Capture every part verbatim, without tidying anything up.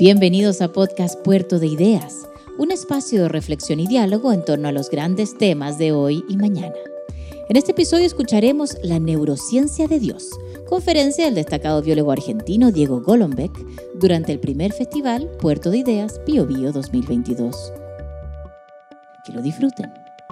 Bienvenidos a Podcast Puerto de Ideas, un espacio de reflexión y diálogo en torno a los grandes temas de hoy y mañana. En este episodio escucharemos La neurociencia de Dios, conferencia del destacado biólogo argentino Diego Golombek durante el primer festival Puerto de Ideas Bio Bio dos mil veintidós. Que lo disfruten.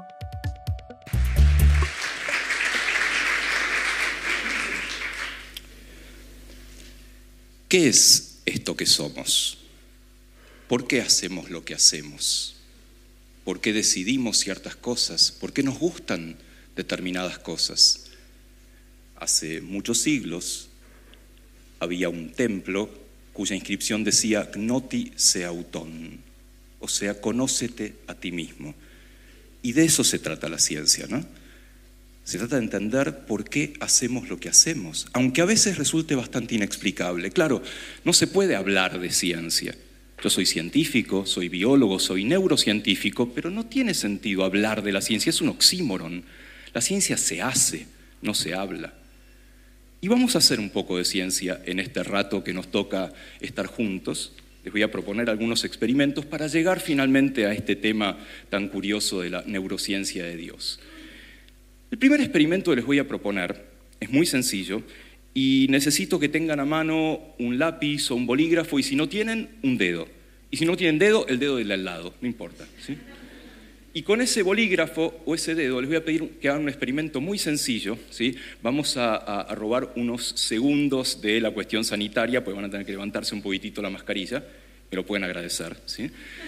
¿Qué es esto que somos? ¿Por qué hacemos lo que hacemos? ¿Por qué decidimos ciertas cosas? ¿Por qué nos gustan determinadas cosas? Hace muchos siglos había un templo cuya inscripción decía Gnoti se auton, o sea, conócete a ti mismo. Y de eso se trata la ciencia, ¿no? Se trata de entender por qué hacemos lo que hacemos, aunque a veces resulte bastante inexplicable. Claro, no se puede hablar de ciencia. Yo soy científico, soy biólogo, soy neurocientífico, pero no tiene sentido hablar de la ciencia, es un oxímoron. La ciencia se hace, no se habla. Y vamos a hacer un poco de ciencia en este rato que nos toca estar juntos. Les voy a proponer algunos experimentos para llegar finalmente a este tema tan curioso de la neurociencia de Dios. El primer experimento que les voy a proponer es muy sencillo y necesito que tengan a mano un lápiz o un bolígrafo y si no tienen, un dedo. Y si no tienen dedo, el dedo del al lado, no importa, ¿sí? Y con ese bolígrafo o ese dedo les voy a pedir que hagan un experimento muy sencillo, ¿sí? Vamos a, a, a robar unos segundos de la cuestión sanitaria, porque van a tener que levantarse un poquitito la mascarilla, me lo pueden agradecer, ¿sí?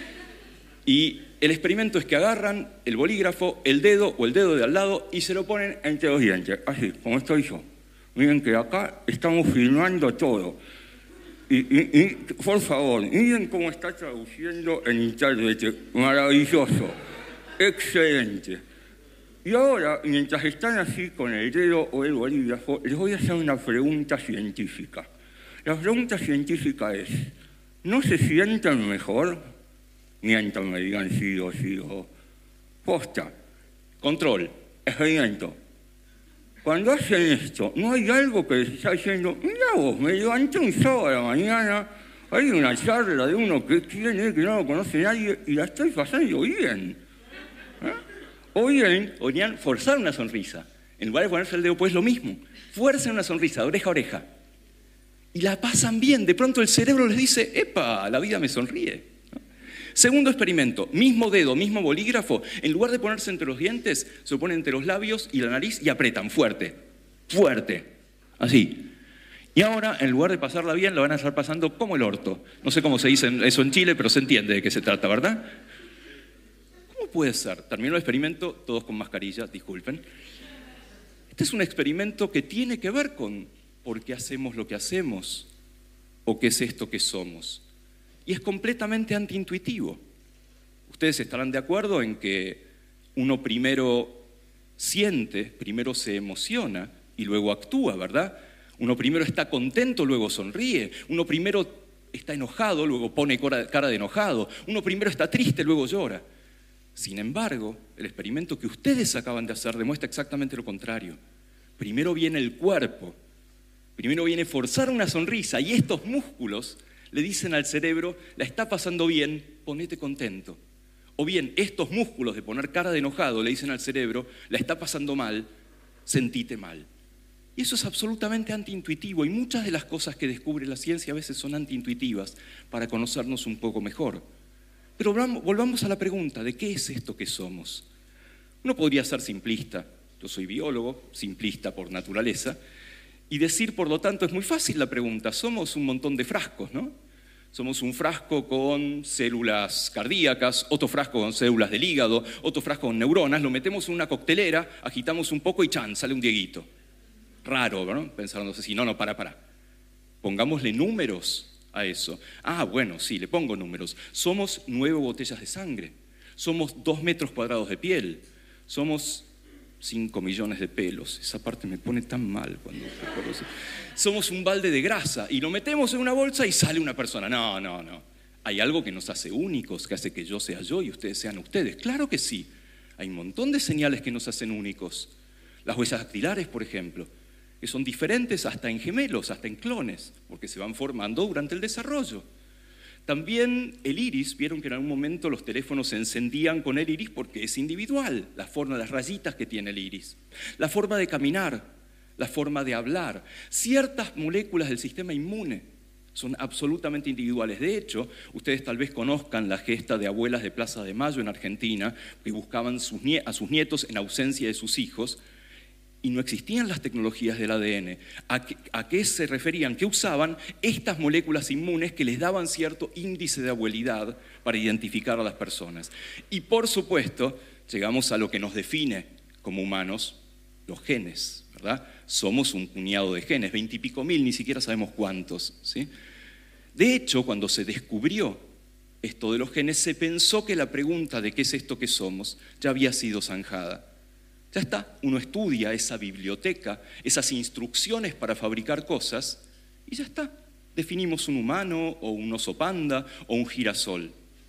Y el experimento es que agarran el bolígrafo, el dedo o el dedo de al lado y se lo ponen entre los dientes, así, como estoy yo. Miren que acá estamos filmando todo. Y, y, y por favor, miren cómo está traduciendo el intérprete. Maravilloso. Excelente. Y ahora, mientras están así con el dedo o el bolígrafo, les voy a hacer una pregunta científica. La pregunta científica es, ¿no se sienten mejor? Mientras me digan sí o sí o... Posta. Control. Experimento. Cuando hacen esto, ¿no hay algo que les está diciendo, mira vos, me levanté un sábado a la mañana, hay una charla de uno que tiene, que no lo conoce nadie, y la estoy pasando bien? ¿Eh? O bien, podrían forzar una sonrisa. En lugar de ponerse el dedo, pues lo mismo. Fuercen una sonrisa, de oreja a oreja. Y la pasan bien. De pronto el cerebro les dice, ¡epa! La vida me sonríe. Segundo experimento, mismo dedo, mismo bolígrafo, en lugar de ponerse entre los dientes, se lo ponen entre los labios y la nariz y apretan fuerte, fuerte, así. Y ahora, en lugar de pasarla bien, la van a estar pasando como el orto. No sé cómo se dice eso en Chile, pero se entiende de qué se trata, ¿verdad? ¿Cómo puede ser? Terminó el experimento, todos con mascarilla, disculpen. Este es un experimento que tiene que ver con por qué hacemos lo que hacemos o qué es esto que somos. Y es completamente antiintuitivo. Ustedes estarán de acuerdo en que uno primero siente, primero se emociona y luego actúa, ¿verdad? Uno primero está contento, luego sonríe. Uno primero está enojado, luego pone cara de enojado. Uno primero está triste, luego llora. Sin embargo, el experimento que ustedes acaban de hacer demuestra exactamente lo contrario. Primero viene el cuerpo, primero viene forzar una sonrisa y estos músculos le dicen al cerebro, la está pasando bien, ponete contento. O bien, estos músculos de poner cara de enojado le dicen al cerebro, la está pasando mal, sentite mal. Y eso es absolutamente antiintuitivo y muchas de las cosas que descubre la ciencia a veces son antiintuitivas para conocernos un poco mejor. Pero volvamos a la pregunta de qué es esto que somos. Uno podría ser simplista, yo soy biólogo, simplista por naturaleza, y decir, por lo tanto, es muy fácil la pregunta, somos un montón de frascos, ¿no? Somos un frasco con células cardíacas, otro frasco con células del hígado, otro frasco con neuronas, lo metemos en una coctelera, agitamos un poco y ¡chan! Sale un Dieguito. Raro, ¿no? Pensándose así, no, no, para, para. Pongámosle números a eso. Ah, bueno, sí, le pongo números. Somos nueve botellas de sangre, somos dos metros cuadrados de piel, somos cinco millones de pelos. Esa parte me pone tan mal cuando recuerdo eso. Somos un balde de grasa y lo metemos en una bolsa y sale una persona. No, no, no. Hay algo que nos hace únicos, que hace que yo sea yo y ustedes sean ustedes. Claro que sí. Hay un montón de señales que nos hacen únicos. Las huellas dactilares, por ejemplo, que son diferentes hasta en gemelos, hasta en clones, porque se van formando durante el desarrollo. También el iris, vieron que en algún momento los teléfonos se encendían con el iris porque es individual, la forma, las rayitas que tiene el iris, la forma de caminar, la forma de hablar, ciertas moléculas del sistema inmune son absolutamente individuales. De hecho, ustedes tal vez conozcan la gesta de abuelas de Plaza de Mayo en Argentina que buscaban sus nie- a sus nietos en ausencia de sus hijos. Y no existían las tecnologías del A D N. ¿A qué, a qué se referían? Que usaban estas moléculas inmunes que les daban cierto índice de abuelidad para identificar a las personas. Y por supuesto, llegamos a lo que nos define como humanos, los genes, ¿verdad? Somos un puñado de genes, veintipico mil, ni siquiera sabemos cuántos, ¿sí? De hecho, cuando se descubrió esto de los genes, se pensó que la pregunta de qué es esto que somos ya había sido zanjada. Ya está, uno estudia esa biblioteca, esas instrucciones para fabricar cosas y ya está. Definimos un humano o un oso panda o un girasol.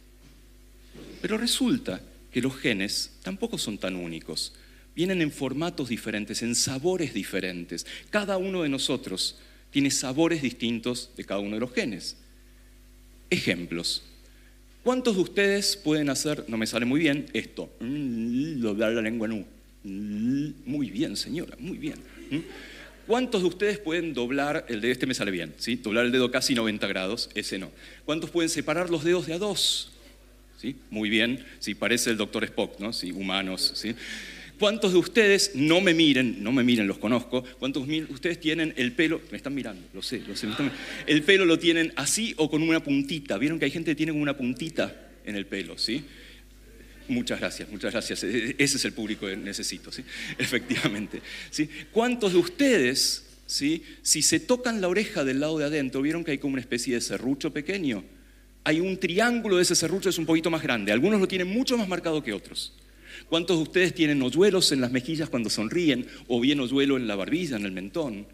Pero resulta que los genes tampoco son tan únicos. Vienen en formatos diferentes, en sabores diferentes. Cada uno de nosotros tiene sabores distintos de cada uno de los genes. Ejemplos. ¿Cuántos de ustedes pueden hacer, no me sale muy bien, esto? Doblar la lengua en U. Muy bien, señora, muy bien. ¿Cuántos de ustedes pueden doblar el dedo? Este me sale bien, ¿sí? Doblar el dedo casi noventa grados, ese no. ¿Cuántos pueden separar los dedos de a dos? ¿Sí? Muy bien, sí, parece el doctor Spock, ¿no? Sí, humanos, ¿sí? ¿Cuántos de ustedes, no me miren, no me miren, los conozco, cuántos de ustedes tienen el pelo, me están mirando, lo sé, lo sé, el pelo lo tienen así o con una puntita? ¿Vieron que hay gente que tiene como una puntita en el pelo, sí? Muchas gracias, muchas gracias. Ese es el público que necesito, ¿sí? Efectivamente. ¿Sí? ¿Cuántos de ustedes, ¿sí? Si se tocan la oreja del lado de adentro, vieron que hay como una especie de serrucho pequeño? Hay un triángulo de ese serrucho, es un poquito más grande. Algunos lo tienen mucho más marcado que otros. ¿Cuántos de ustedes tienen hoyuelos en las mejillas cuando sonríen o bien hoyuelo en la barbilla, en el mentón?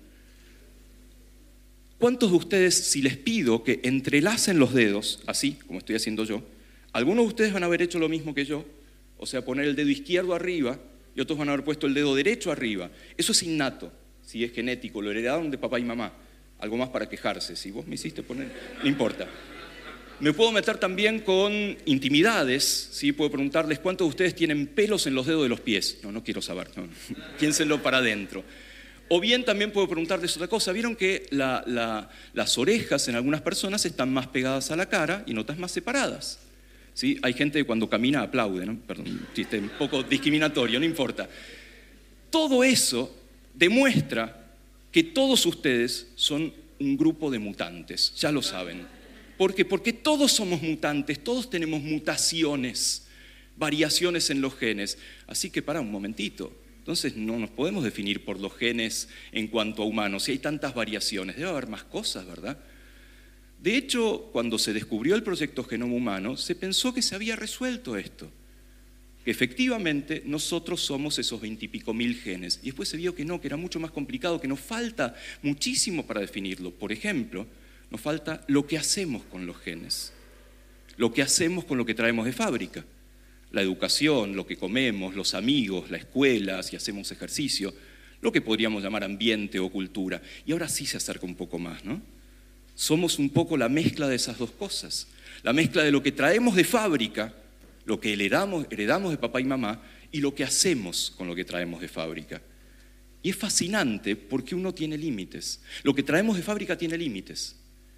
¿Cuántos de ustedes, si les pido que entrelacen los dedos, así como estoy haciendo yo, algunos de ustedes van a haber hecho lo mismo que yo, o sea, poner el dedo izquierdo arriba y otros van a haber puesto el dedo derecho arriba? Eso es innato, si es genético, lo heredaron de papá y mamá. Algo más para quejarse, si vos me hiciste poner, no importa. Me puedo meter también con intimidades, ¿sí? Puedo preguntarles cuántos de ustedes tienen pelos en los dedos de los pies. No, no quiero saber, no. Piénsenlo para adentro. O bien también puedo preguntarles otra cosa. Vieron que la, la, las orejas en algunas personas están más pegadas a la cara y en otras más separadas. ¿Sí? Hay gente que cuando camina aplaude, ¿no? Perdón, un chiste un poco discriminatorio, no importa. Todo eso demuestra que todos ustedes son un grupo de mutantes, ya lo saben. ¿Por qué? Porque todos somos mutantes, todos tenemos mutaciones, variaciones en los genes. Así que para un momentito, entonces no nos podemos definir por los genes en cuanto a humanos. Si hay tantas variaciones, debe haber más cosas, ¿verdad? De hecho, cuando se descubrió el proyecto Genoma Humano, se pensó que se había resuelto esto, que efectivamente nosotros somos esos veintipico mil genes. Y después se vio que no, que era mucho más complicado, que nos falta muchísimo para definirlo. Por ejemplo, nos falta lo que hacemos con los genes, lo que hacemos con lo que traemos de fábrica. La educación, lo que comemos, los amigos, la escuela, si hacemos ejercicio, lo que podríamos llamar ambiente o cultura. Y ahora sí se acerca un poco más, ¿no? Somos un poco la mezcla de esas dos cosas, la mezcla de lo que traemos de fábrica, lo que heredamos, heredamos de papá y mamá, y lo que hacemos con lo que traemos de fábrica. Y es fascinante porque uno tiene límites. Lo que traemos de fábrica tiene límites.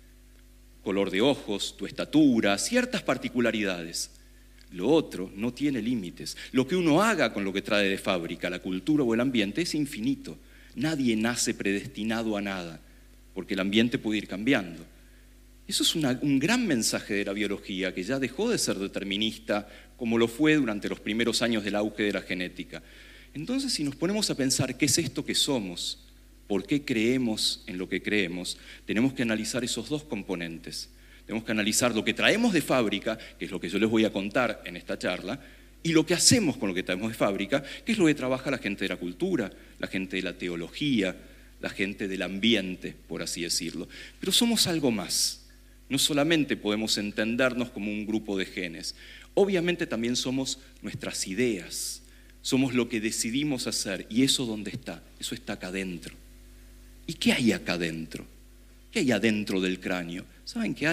Color de ojos, tu estatura, ciertas particularidades. Lo otro no tiene límites. Lo que uno haga con lo que trae de fábrica, la cultura o el ambiente, es infinito. Nadie nace predestinado a nada, porque el ambiente puede ir cambiando. Eso es una, un gran mensaje de la biología, que ya dejó de ser determinista, como lo fue durante los primeros años del auge de la genética. Entonces, si nos ponemos a pensar qué es esto que somos, por qué creemos en lo que creemos, tenemos que analizar esos dos componentes. Tenemos que analizar lo que traemos de fábrica, que es lo que yo les voy a contar en esta charla, y lo que hacemos con lo que traemos de fábrica, que es lo que trabaja la gente de la cultura, la gente de la teología, la gente del ambiente, por así decirlo. Pero somos algo más. No solamente podemos entendernos como un grupo de genes, obviamente también somos nuestras ideas, somos lo que decidimos hacer, y eso ¿dónde está? Eso está acá adentro. ¿Y qué hay acá adentro? ¿Qué hay adentro del cráneo? ¿Saben qué hay?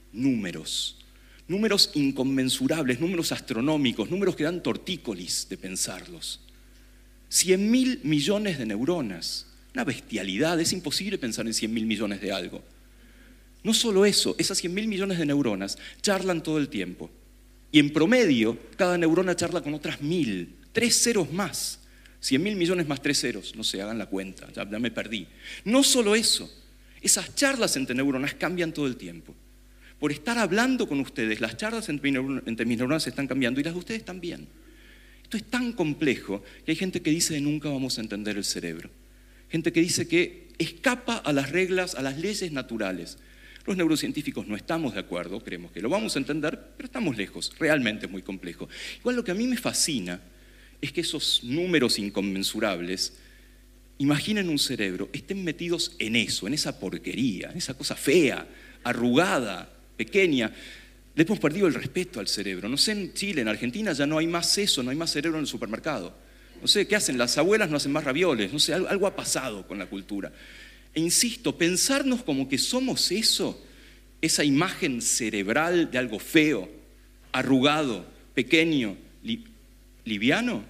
números. Números inconmensurables, números astronómicos, números que dan tortícolis de pensarlos. cien mil millones de neuronas, una bestialidad, es imposible pensar en cien mil millones de algo. No solo eso, esas cien mil millones de neuronas charlan todo el tiempo. Y en promedio, cada neurona charla con otras mil, tres ceros más. cien mil millones más tres ceros, no sé, hagan la cuenta, ya, ya me perdí. No solo eso, esas charlas entre neuronas cambian todo el tiempo. Por estar hablando con ustedes, las charlas entre, entre mis neuronas están cambiando y las de ustedes también. Esto es tan complejo que hay gente que dice que nunca vamos a entender el cerebro. Gente que dice que escapa a las reglas, a las leyes naturales. Los neurocientíficos no estamos de acuerdo, creemos que lo vamos a entender, pero estamos lejos, realmente es muy complejo. Igual lo que a mí me fascina es que esos números inconmensurables, imaginen un cerebro, estén metidos en eso, en esa porquería, en esa cosa fea, arrugada, pequeña. Le hemos perdido el respeto al cerebro. No sé, en Chile, en Argentina ya no hay más eso, no hay más cerebro en el supermercado. No sé, ¿qué hacen? Las abuelas no hacen más ravioles, no sé, algo, algo ha pasado con la cultura. E insisto, pensarnos como que somos eso, esa imagen cerebral de algo feo, arrugado, pequeño, li, liviano.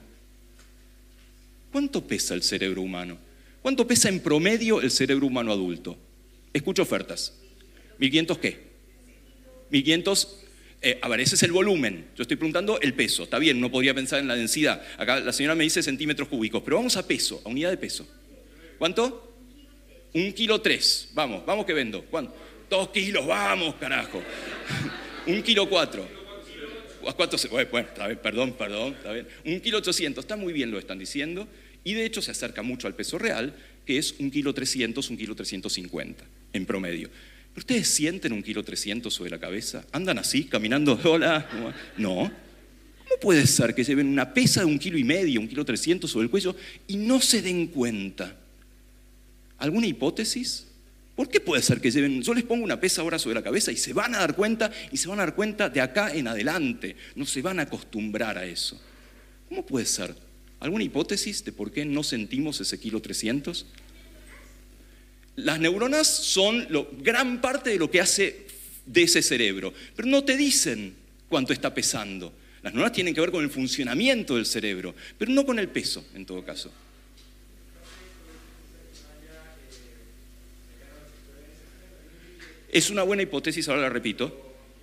¿Cuánto pesa el cerebro humano? ¿Cuánto pesa en promedio el cerebro humano adulto? Escucho ofertas. ¿mil quinientos qué? mil quinientos, eh, a ver, ese es el volumen. Yo estoy preguntando el peso. Está bien, uno podría pensar en la densidad. Acá la señora me dice centímetros cúbicos, pero vamos a peso, a unidad de peso. ¿Cuánto? Un kilo tres. Vamos, vamos que vendo. ¿Cuánto? Dos kilos, vamos, carajo. Un kilo cuatro. Cuatro, bueno, está bien, perdón, perdón, está bien. Un kilo ochocientos, está muy bien lo están diciendo. Y de hecho se acerca mucho al peso real, que es un kilo trescientos, un kilo trescientos cincuenta en promedio. ¿Ustedes sienten un kilo trescientos sobre la cabeza? ¿Andan así, caminando? Hola. No. ¿Cómo puede ser que lleven una pesa de un kilo y medio, un kilo trescientos sobre el cuello y no se den cuenta? ¿Alguna hipótesis? ¿Por qué puede ser que lleven? Yo les pongo una pesa ahora sobre la cabeza y se van a dar cuenta, y se van a dar cuenta de acá en adelante. No se van a acostumbrar a eso. ¿Cómo puede ser? ¿Alguna hipótesis de por qué no sentimos ese kilo trescientos? Las neuronas son lo, gran parte de lo que hace de ese cerebro, pero no te dicen cuánto está pesando. Las neuronas tienen que ver con el funcionamiento del cerebro, pero no con el peso, en todo caso. Es una buena hipótesis, ahora la repito.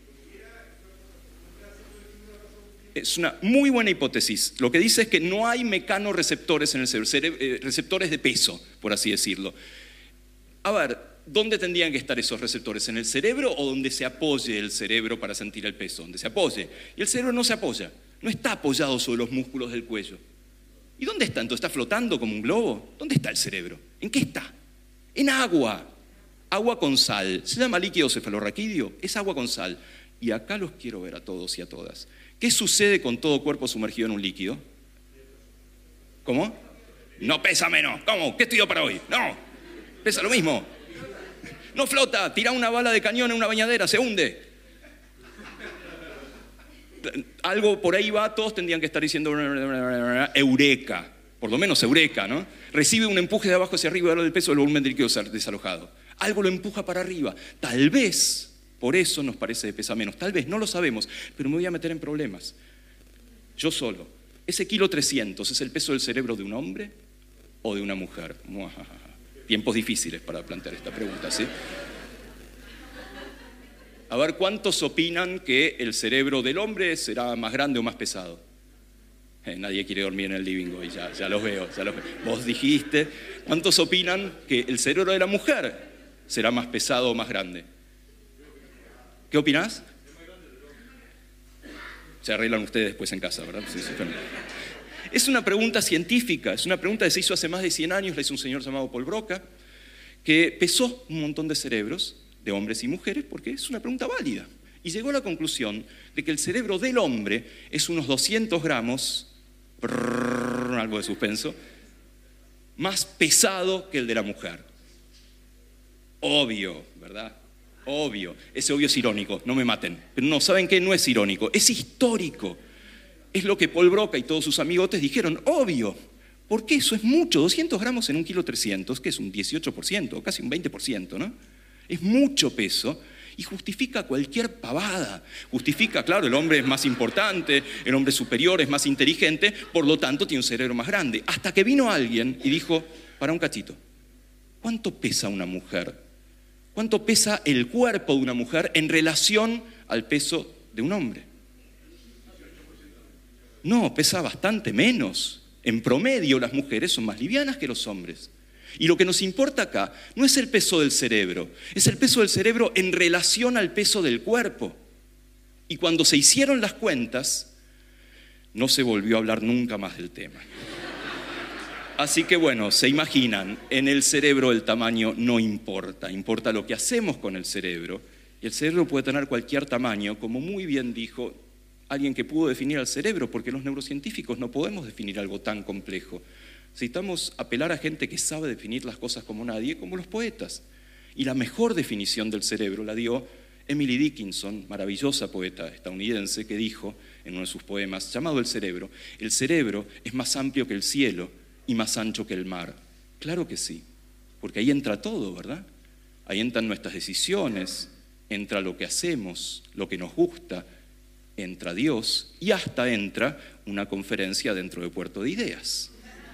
Es una muy buena hipótesis. Lo que dice es que no hay mecanorreceptores en el cerebro, cerebro eh, receptores de peso, por así decirlo. A ver, ¿dónde tendrían que estar esos receptores? ¿En el cerebro o donde se apoye el cerebro para sentir el peso? Donde se apoye. Y el cerebro no se apoya, no está apoyado sobre los músculos del cuello. ¿Y dónde está? Entonces, ¿está flotando como un globo? ¿Dónde está el cerebro? ¿En qué está? En agua. Agua con sal. Se llama líquido cefalorraquídeo, es agua con sal. Y acá los quiero ver a todos y a todas. ¿Qué sucede con todo cuerpo sumergido en un líquido? ¿Cómo? No pesa menos. ¿Cómo? ¿Qué estudió para hoy? No. Pesa lo mismo. No flota. Tira una bala de cañón en una bañadera, se hunde. Algo por ahí va, todos tendrían que estar diciendo eureka. Por lo menos eureka, ¿no? Recibe un empuje de abajo hacia arriba y ahora el peso del volumen del líquido desalojado. Algo lo empuja para arriba. Tal vez, por eso nos parece que pesa menos. Tal vez, no lo sabemos, pero me voy a meter en problemas. Yo solo. ¿Ese kilo trescientos es el peso del cerebro de un hombre o de una mujer? Tiempos difíciles para plantear esta pregunta, ¿sí? A ver, ¿cuántos opinan que el cerebro del hombre será más grande o más pesado? Eh, nadie quiere dormir en el living hoy, ya, ya los veo, ya los veo. Vos dijiste. ¿Cuántos opinan que el cerebro de la mujer será más pesado o más grande? ¿Qué opinás? Se arreglan ustedes después en casa, ¿verdad? Sí, sí, bueno. Es una pregunta científica, es una pregunta que se hizo hace más de cien años, la hizo un señor llamado Paul Broca, que pesó un montón de cerebros, de hombres y mujeres, porque es una pregunta válida. Y llegó a la conclusión de que el cerebro del hombre es unos doscientos gramos, brrr, algo de suspenso, más pesado que el de la mujer. Obvio, ¿verdad? Obvio. Ese obvio es irónico, no me maten. Pero no, ¿saben qué? No es irónico, es histórico. Es lo que Paul Broca y todos sus amigotes dijeron, obvio. ¿Por qué? Eso es mucho, doscientos gramos en un kilo trescientos, que es un dieciocho por ciento, casi un veinte por ciento, ¿no? Es mucho peso. y justifica cualquier pavada. Justifica, claro, el hombre es más importante, el hombre superior es más inteligente, por lo tanto tiene un cerebro más grande. Hasta que vino alguien y dijo, para un cachito, ¿cuánto pesa una mujer? ¿Cuánto pesa el cuerpo de una mujer en relación al peso de un hombre? No, pesa bastante menos. En promedio, las mujeres son más livianas que los hombres. Y lo que nos importa acá no es el peso del cerebro, es el peso del cerebro en relación al peso del cuerpo. Y cuando se hicieron las cuentas, no se volvió a hablar nunca más del tema. Así que bueno, se imaginan, en el cerebro el tamaño no importa, importa lo que hacemos con el cerebro. Y el cerebro puede tener cualquier tamaño, como muy bien dijo alguien que pudo definir al cerebro, porque los neurocientíficos no podemos definir algo tan complejo. Necesitamos apelar a gente que sabe definir las cosas como nadie, como los poetas. Y la mejor definición del cerebro la dio Emily Dickinson, maravillosa poeta estadounidense, que dijo en uno de sus poemas, llamado El cerebro, el cerebro es más amplio que el cielo y más ancho que el mar. Claro que sí, porque ahí entra todo, ¿verdad? Ahí entran nuestras decisiones, entra lo que hacemos, lo que nos gusta, entra Dios y hasta entra una conferencia dentro de Puerto de Ideas.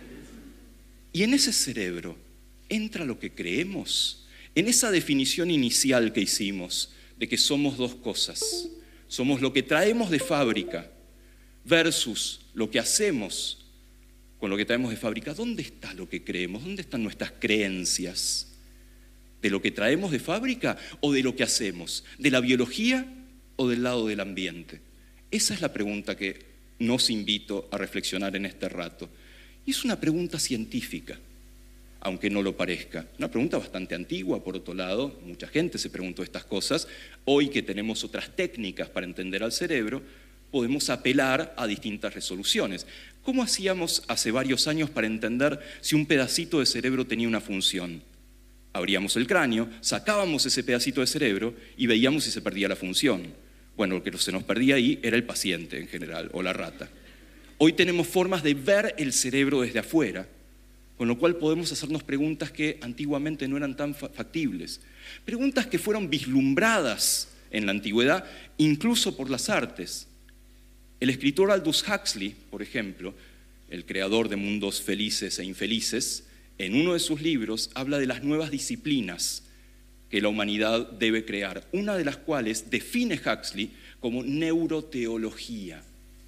Y en ese cerebro entra lo que creemos, en esa definición inicial que hicimos de que somos dos cosas. Somos lo que traemos de fábrica versus lo que hacemos con lo que traemos de fábrica. ¿Dónde está lo que creemos? ¿Dónde están nuestras creencias? ¿De lo que traemos de fábrica o de lo que hacemos? ¿De la biología o del lado del ambiente? Esa es la pregunta que nos invito a reflexionar en este rato. Y es una pregunta científica, aunque no lo parezca. Una pregunta bastante antigua, por otro lado. Mucha gente se preguntó estas cosas. Hoy que tenemos otras técnicas para entender al cerebro, podemos apelar a distintas resoluciones. ¿Cómo hacíamos hace varios años para entender si un pedacito de cerebro tenía una función? Abríamos el cráneo, sacábamos ese pedacito de cerebro y veíamos si se perdía la función. Bueno, lo que se nos perdía ahí era el paciente en general, o la rata. Hoy tenemos formas de ver el cerebro desde afuera, con lo cual podemos hacernos preguntas que antiguamente no eran tan factibles. Preguntas que fueron vislumbradas en la antigüedad, incluso por las artes. El escritor Aldous Huxley, por ejemplo, el creador de Mundos Felices e Infelices, en uno de sus libros habla de las nuevas disciplinas que la humanidad debe crear, una de las cuales define Huxley como neuroteología.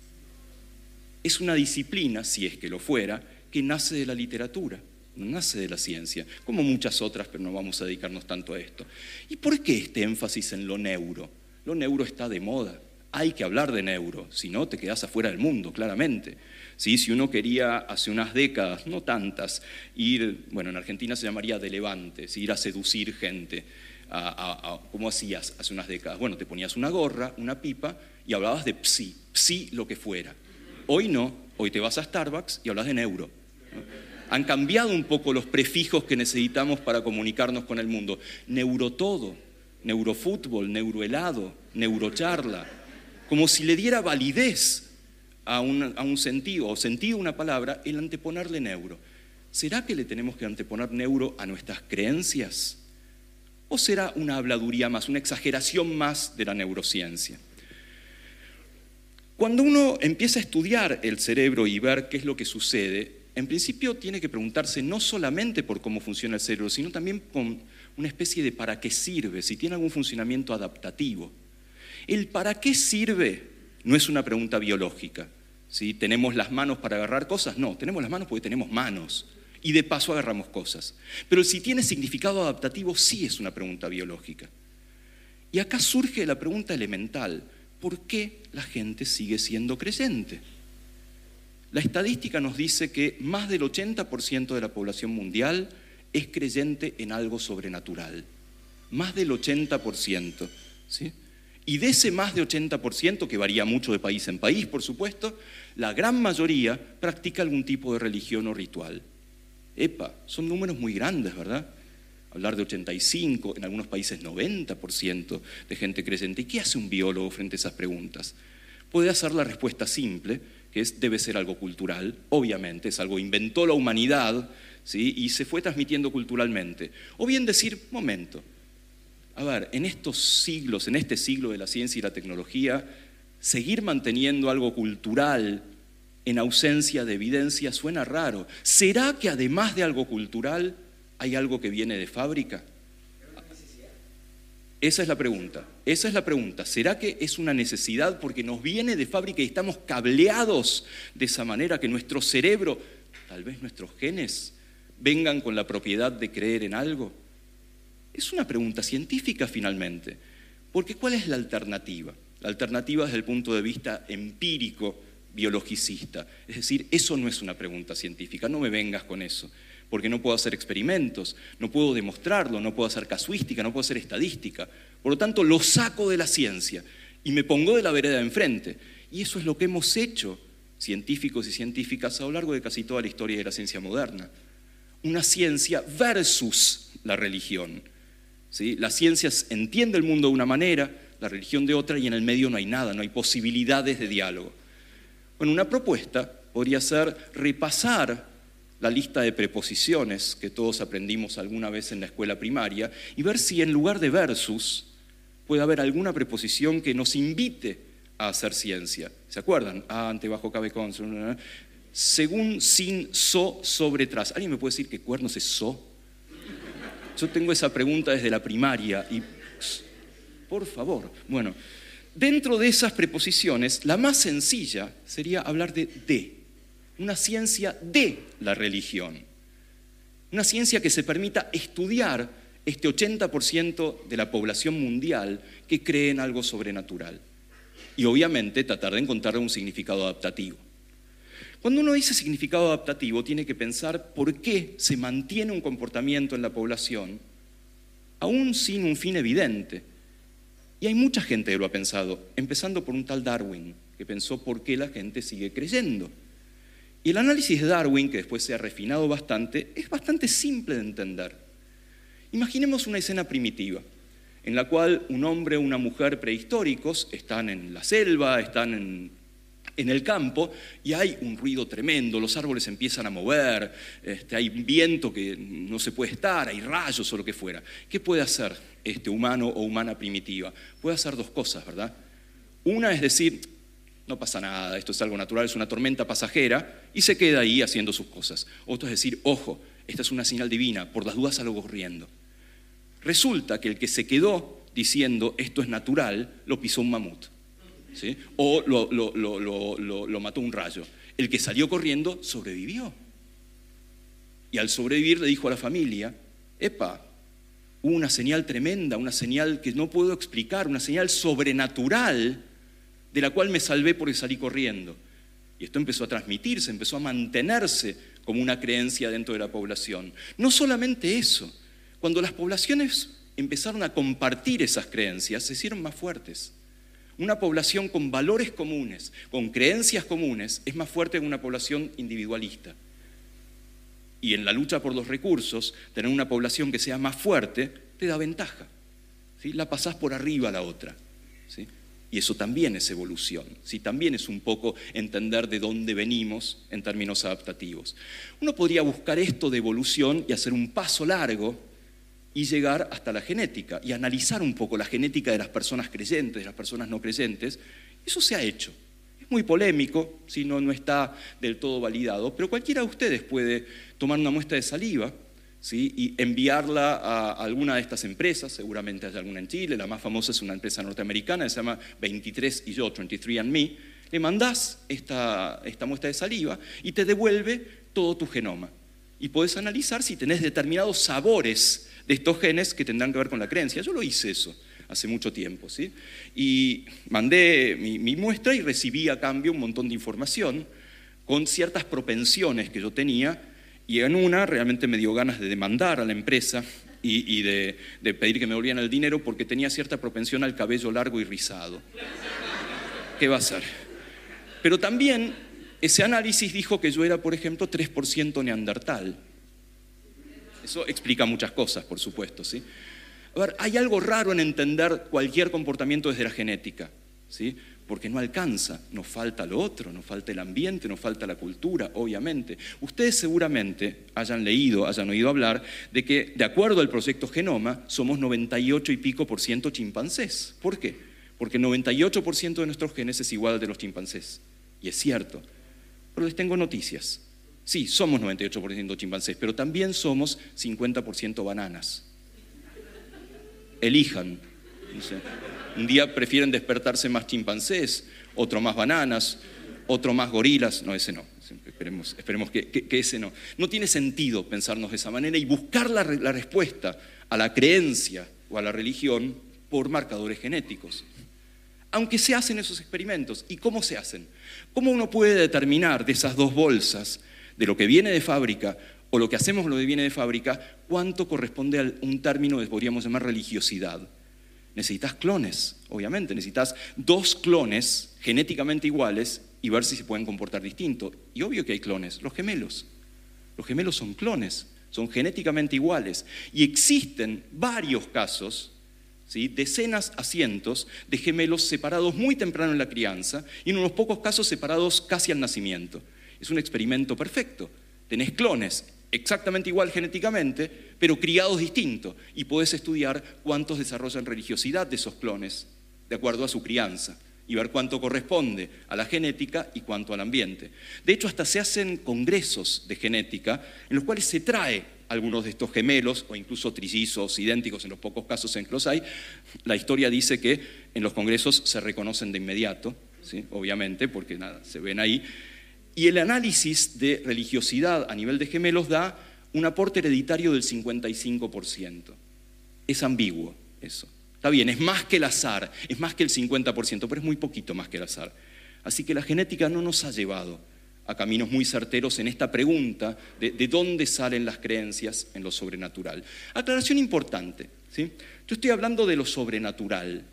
Es una disciplina, si es que lo fuera, que nace de la literatura, no nace de la ciencia, como muchas otras, pero no vamos a dedicarnos tanto a esto. ¿Y por qué este énfasis en lo neuro? Lo neuro está de moda, hay que hablar de neuro, si no te quedás afuera del mundo, claramente. ¿Sí? Si uno quería hace unas décadas, no tantas, ir, bueno, en Argentina se llamaría de levante, ¿sí? Ir a seducir gente. A, a, a, ¿Cómo hacías hace unas décadas? Bueno, te ponías una gorra, una pipa y hablabas de psi, psi lo que fuera. Hoy no, hoy te vas a Starbucks y hablas de neuro, ¿no? Han cambiado un poco los prefijos que necesitamos para comunicarnos con el mundo. Neurotodo, neurofútbol, neurohelado, neurocharla, como si le diera validez a un, a un sentido, o sentido a una palabra, el anteponerle neuro. ¿Será que le tenemos que anteponer neuro a nuestras creencias? ¿O será una habladuría más, una exageración más de la neurociencia? Cuando uno empieza a estudiar el cerebro y ver qué es lo que sucede, en principio tiene que preguntarse no solamente por cómo funciona el cerebro, sino también con una especie de para qué sirve, si tiene algún funcionamiento adaptativo. El para qué sirve no es una pregunta biológica, ¿sí? ¿Tenemos las manos para agarrar cosas? No, tenemos las manos porque tenemos manos y de paso agarramos cosas. Pero si tiene significado adaptativo, sí es una pregunta biológica. Y acá surge la pregunta elemental: ¿por qué la gente sigue siendo creyente? La estadística nos dice que más del ochenta por ciento de la población mundial es creyente en algo sobrenatural. Más del ochenta por ciento, ¿sí? Y de ese más de ochenta por ciento, que varía mucho de país en país, por supuesto, la gran mayoría practica algún tipo de religión o ritual. Epa, son números muy grandes, ¿verdad? Hablar de ochenta y cinco, en algunos países noventa por ciento de gente creyente. ¿Y qué hace un biólogo frente a esas preguntas? Puede hacer la respuesta simple, que es: debe ser algo cultural, obviamente, es algo que inventó la humanidad, ¿sí? Y se fue transmitiendo culturalmente. O bien decir: momento, a ver, en estos siglos, en este siglo de la ciencia y la tecnología, seguir manteniendo algo cultural en ausencia de evidencia suena raro. ¿Será que además de algo cultural hay algo que viene de fábrica? Esa es la pregunta, esa es la pregunta. ¿Será que es una necesidad porque nos viene de fábrica y estamos cableados de esa manera que nuestro cerebro, tal vez nuestros genes, vengan con la propiedad de creer en algo? Es una pregunta científica finalmente, porque ¿cuál es la alternativa? La alternativa desde el punto de vista empírico, biologicista. Es decir, eso no es una pregunta científica, no me vengas con eso. Porque no puedo hacer experimentos, no puedo demostrarlo, no puedo hacer casuística, no puedo hacer estadística. Por lo tanto, lo saco de la ciencia y me pongo de la vereda de enfrente. Y eso es lo que hemos hecho, científicos y científicas, a lo largo de casi toda la historia de la ciencia moderna. Una ciencia versus la religión. ¿Sí? La ciencia entiende el mundo de una manera, la religión de otra, y en el medio no hay nada, no hay posibilidades de diálogo. Bueno, una propuesta podría ser repasar la lista de preposiciones que todos aprendimos alguna vez en la escuela primaria y ver si en lugar de versus puede haber alguna preposición que nos invite a hacer ciencia. ¿Se acuerdan? Ante, bajo, cabe, con, según, sin, so, sobre, tras. ¿Alguien me puede decir qué cuernos es so? Yo tengo esa pregunta desde la primaria y, por favor, bueno, dentro de esas preposiciones, la más sencilla sería hablar de de. Una ciencia de la religión, una ciencia que se permita estudiar este ochenta por ciento de la población mundial que cree en algo sobrenatural y obviamente tratar de encontrar un significado adaptativo. Cuando uno dice significado adaptativo, tiene que pensar por qué se mantiene un comportamiento en la población aún sin un fin evidente. Y hay mucha gente que lo ha pensado, empezando por un tal Darwin, que pensó por qué la gente sigue creyendo. Y el análisis de Darwin, que después se ha refinado bastante, es bastante simple de entender. Imaginemos una escena primitiva, en la cual un hombre o una mujer prehistóricos están en la selva, están en, en el campo, y hay un ruido tremendo, los árboles empiezan a mover, este, hay viento que no se puede estar, hay rayos o lo que fuera. ¿Qué puede hacer este humano o humana primitiva? Puede hacer dos cosas, ¿verdad? Una es decir, no pasa nada, esto es algo natural, es una tormenta pasajera, y se queda ahí haciendo sus cosas. Otro es decir, ojo, esta es una señal divina, por las dudas salgo corriendo. Resulta que el que se quedó diciendo esto es natural, lo pisó un mamut, ¿sí? O lo, lo, lo, lo, lo, lo mató un rayo. El que salió corriendo sobrevivió. Y al sobrevivir le dijo a la familia, epa, hubo una señal tremenda, una señal que no puedo explicar, una señal sobrenatural, de la cual me salvé porque salí corriendo. Y esto empezó a transmitirse, empezó a mantenerse como una creencia dentro de la población. No solamente eso, cuando las poblaciones empezaron a compartir esas creencias, se hicieron más fuertes. Una población con valores comunes, con creencias comunes, es más fuerte que una población individualista. Y en la lucha por los recursos, tener una población que sea más fuerte te da ventaja, ¿sí? La pasás por arriba a la otra, ¿sí? Y eso también es evolución, ¿sí? También es un poco entender de dónde venimos en términos adaptativos. Uno podría buscar esto de evolución y hacer un paso largo y llegar hasta la genética y analizar un poco la genética de las personas creyentes, de las personas no creyentes. Eso se ha hecho. Es muy polémico, ¿sí? no, no está del todo validado, pero cualquiera de ustedes puede tomar una muestra de saliva, ¿sí? Y enviarla a alguna de estas empresas, seguramente hay alguna en Chile, la más famosa es una empresa norteamericana que se llama veintitrés y yo, veintitrés and me, le mandás esta, esta muestra de saliva y te devuelve todo tu genoma. Y podés analizar si tenés determinados sabores de estos genes que tendrán que ver con la creencia. Yo lo hice eso hace mucho tiempo, ¿sí? Y mandé mi, mi muestra y recibí a cambio un montón de información con ciertas propensiones que yo tenía. Y en una realmente me dio ganas de demandar a la empresa y, y de, de pedir que me devolvieran el dinero porque tenía cierta propensión al cabello largo y rizado. ¿Qué va a hacer? Pero también ese análisis dijo que yo era, por ejemplo, tres por ciento neandertal. Eso explica muchas cosas, por supuesto, ¿sí? A ver, hay algo raro en entender cualquier comportamiento desde la genética, ¿sí? porque no alcanza, nos falta lo otro, nos falta el ambiente, nos falta la cultura, obviamente. Ustedes seguramente hayan leído, hayan oído hablar de que, de acuerdo al proyecto Genoma, somos noventa y ocho y pico por ciento chimpancés. ¿Por qué? Porque noventa y ocho por ciento de nuestros genes es igual al de los chimpancés. Y es cierto. Pero les tengo noticias. Sí, somos noventa y ocho por ciento chimpancés, pero también somos cincuenta por ciento bananas. Elijan. No sé. Un día prefieren despertarse más chimpancés, otro más bananas, otro más gorilas. No, ese no. Esperemos, esperemos que, que, que ese no. No tiene sentido pensarnos de esa manera y buscar la, la respuesta a la creencia o a la religión por marcadores genéticos. Aunque se hacen esos experimentos. ¿Y cómo se hacen? ¿Cómo uno puede determinar de esas dos bolsas, de lo que viene de fábrica o lo que hacemos lo que viene de fábrica, cuánto corresponde a un término que podríamos llamar religiosidad? Necesitas clones, obviamente, necesitas dos clones genéticamente iguales y ver si se pueden comportar distinto. Y obvio que hay clones, los gemelos. Los gemelos son clones, son genéticamente iguales. Y existen varios casos, ¿sí?, decenas a cientos de gemelos separados muy temprano en la crianza y en unos pocos casos separados casi al nacimiento. Es un experimento perfecto. Tenés clones exactamente igual genéticamente, pero criados distintos, y podés estudiar cuántos desarrollan religiosidad de esos clones de acuerdo a su crianza y ver cuánto corresponde a la genética y cuánto al ambiente. De hecho, hasta se hacen congresos de genética en los cuales se trae algunos de estos gemelos o incluso trillizos idénticos en los pocos casos en que los hay. La historia dice que en los congresos se reconocen de inmediato, ¿sí?, obviamente, porque nada, se ven ahí. Y el análisis de religiosidad a nivel de gemelos da un aporte hereditario del cincuenta y cinco por ciento. Es ambiguo eso. Está bien, es más que el azar, es más que el cincuenta por ciento, pero es muy poquito más que el azar. Así que la genética no nos ha llevado a caminos muy certeros en esta pregunta de, de dónde salen las creencias en lo sobrenatural. Aclaración importante, ¿sí? Yo estoy hablando de lo sobrenatural.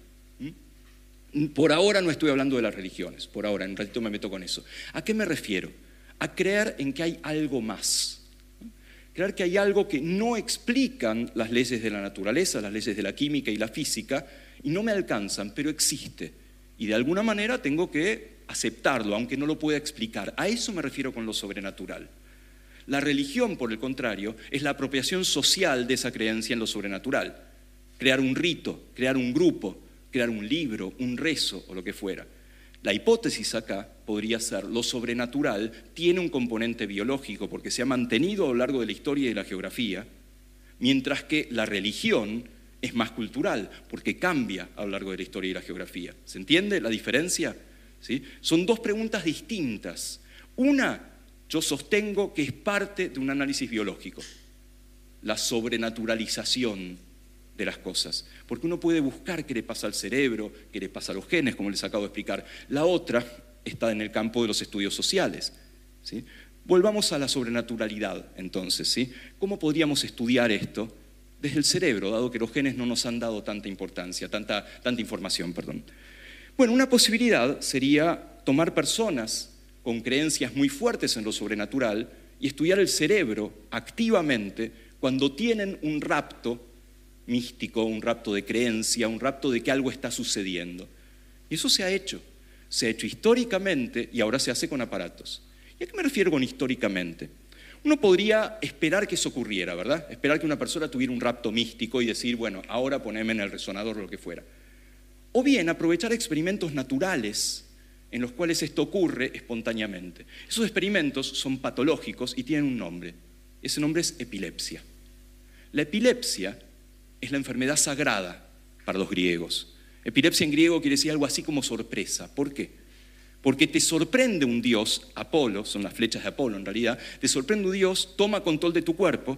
Por ahora no estoy hablando de las religiones, por ahora, en un ratito me meto con eso. ¿A qué me refiero? A creer en que hay algo más. Creer que hay algo que no explican las leyes de la naturaleza, las leyes de la química y la física, y no me alcanzan, pero existe. Y de alguna manera tengo que aceptarlo, aunque no lo pueda explicar. A eso me refiero con lo sobrenatural. La religión, por el contrario, es la apropiación social de esa creencia en lo sobrenatural. Crear un rito, crear un grupo, crear un libro, un rezo o lo que fuera. La hipótesis acá podría ser: lo sobrenatural tiene un componente biológico porque se ha mantenido a lo largo de la historia y de la geografía, mientras que la religión es más cultural porque cambia a lo largo de la historia y la geografía. ¿Se entiende la diferencia? ¿Sí? Son dos preguntas distintas. Una, yo sostengo que es parte de un análisis biológico, la sobrenaturalización de las cosas, porque uno puede buscar qué le pasa al cerebro, qué le pasa a los genes, como les acabo de explicar. La otra está en el campo de los estudios sociales, ¿sí? Volvamos a la sobrenaturalidad, entonces, ¿sí? ¿Cómo podríamos estudiar esto desde el cerebro, dado que los genes no nos han dado tanta importancia, tanta, tanta información, perdón? Bueno, una posibilidad sería tomar personas con creencias muy fuertes en lo sobrenatural y estudiar el cerebro activamente cuando tienen un rapto místico, un rapto de creencia, un rapto de que algo está sucediendo. Y eso se ha hecho, se ha hecho históricamente y ahora se hace con aparatos. ¿Y a qué me refiero con históricamente? Uno podría esperar que eso ocurriera, ¿verdad? Esperar que una persona tuviera un rapto místico y decir, bueno, ahora poneme en el resonador o lo que fuera. O bien aprovechar experimentos naturales en los cuales esto ocurre espontáneamente. Esos experimentos son patológicos y tienen un nombre. Ese nombre es epilepsia. La epilepsia es la enfermedad sagrada para los griegos. Epilepsia en griego quiere decir algo así como sorpresa. ¿Por qué? Porque te sorprende un dios, Apolo, son las flechas de Apolo en realidad, te sorprende un dios, toma control de tu cuerpo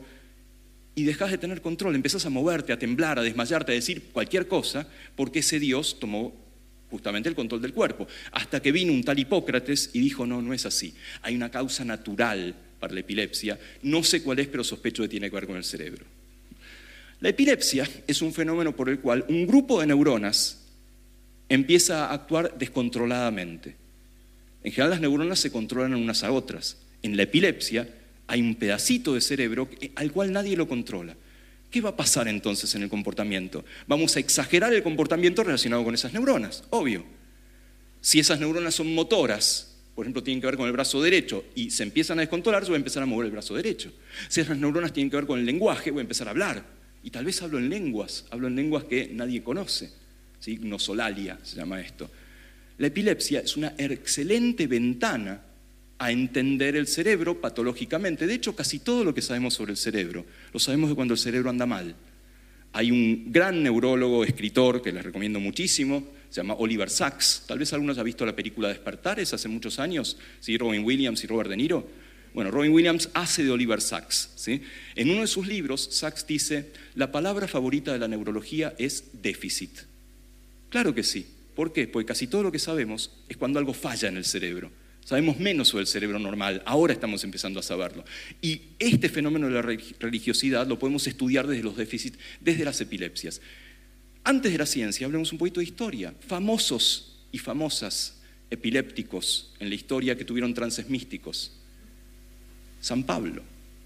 y dejas de tener control, empezás a moverte, a temblar, a desmayarte, a decir cualquier cosa, porque ese dios tomó justamente el control del cuerpo. Hasta que vino un tal Hipócrates y dijo, no, no es así. Hay una causa natural para la epilepsia, no sé cuál es, pero sospecho que tiene que ver con el cerebro. La epilepsia es un fenómeno por el cual un grupo de neuronas empieza a actuar descontroladamente. En general las neuronas se controlan unas a otras. En la epilepsia hay un pedacito de cerebro al cual nadie lo controla. ¿Qué va a pasar entonces en el comportamiento? Vamos a exagerar el comportamiento relacionado con esas neuronas, obvio. Si esas neuronas son motoras, por ejemplo, tienen que ver con el brazo derecho y se empiezan a descontrolar, yo voy a empezar a mover el brazo derecho. Si esas neuronas tienen que ver con el lenguaje, voy a empezar a hablar. Y tal vez hablo en lenguas, hablo en lenguas que nadie conoce. ¿Sí? Nosolalia se llama esto. La epilepsia es una excelente ventana a entender el cerebro patológicamente. De hecho, casi todo lo que sabemos sobre el cerebro, lo sabemos de cuando el cerebro anda mal. Hay un gran neurólogo, escritor, que les recomiendo muchísimo, se llama Oliver Sacks. Tal vez algunos hayan visto la película Despertares hace muchos años, ¿sí? Robin Williams y Robert De Niro. Bueno, Robin Williams hace de Oliver Sacks, ¿sí? En uno de sus libros, Sacks dice, la palabra favorita de la neurología es déficit. Claro que sí. ¿Por qué? Porque casi todo lo que sabemos es cuando algo falla en el cerebro. Sabemos menos sobre el cerebro normal, ahora estamos empezando a saberlo. Y este fenómeno de la religiosidad lo podemos estudiar desde los déficits, desde las epilepsias. Antes de la ciencia, hablemos un poquito de historia. Famosos y famosas epilépticos en la historia que tuvieron trances místicos. San Pablo,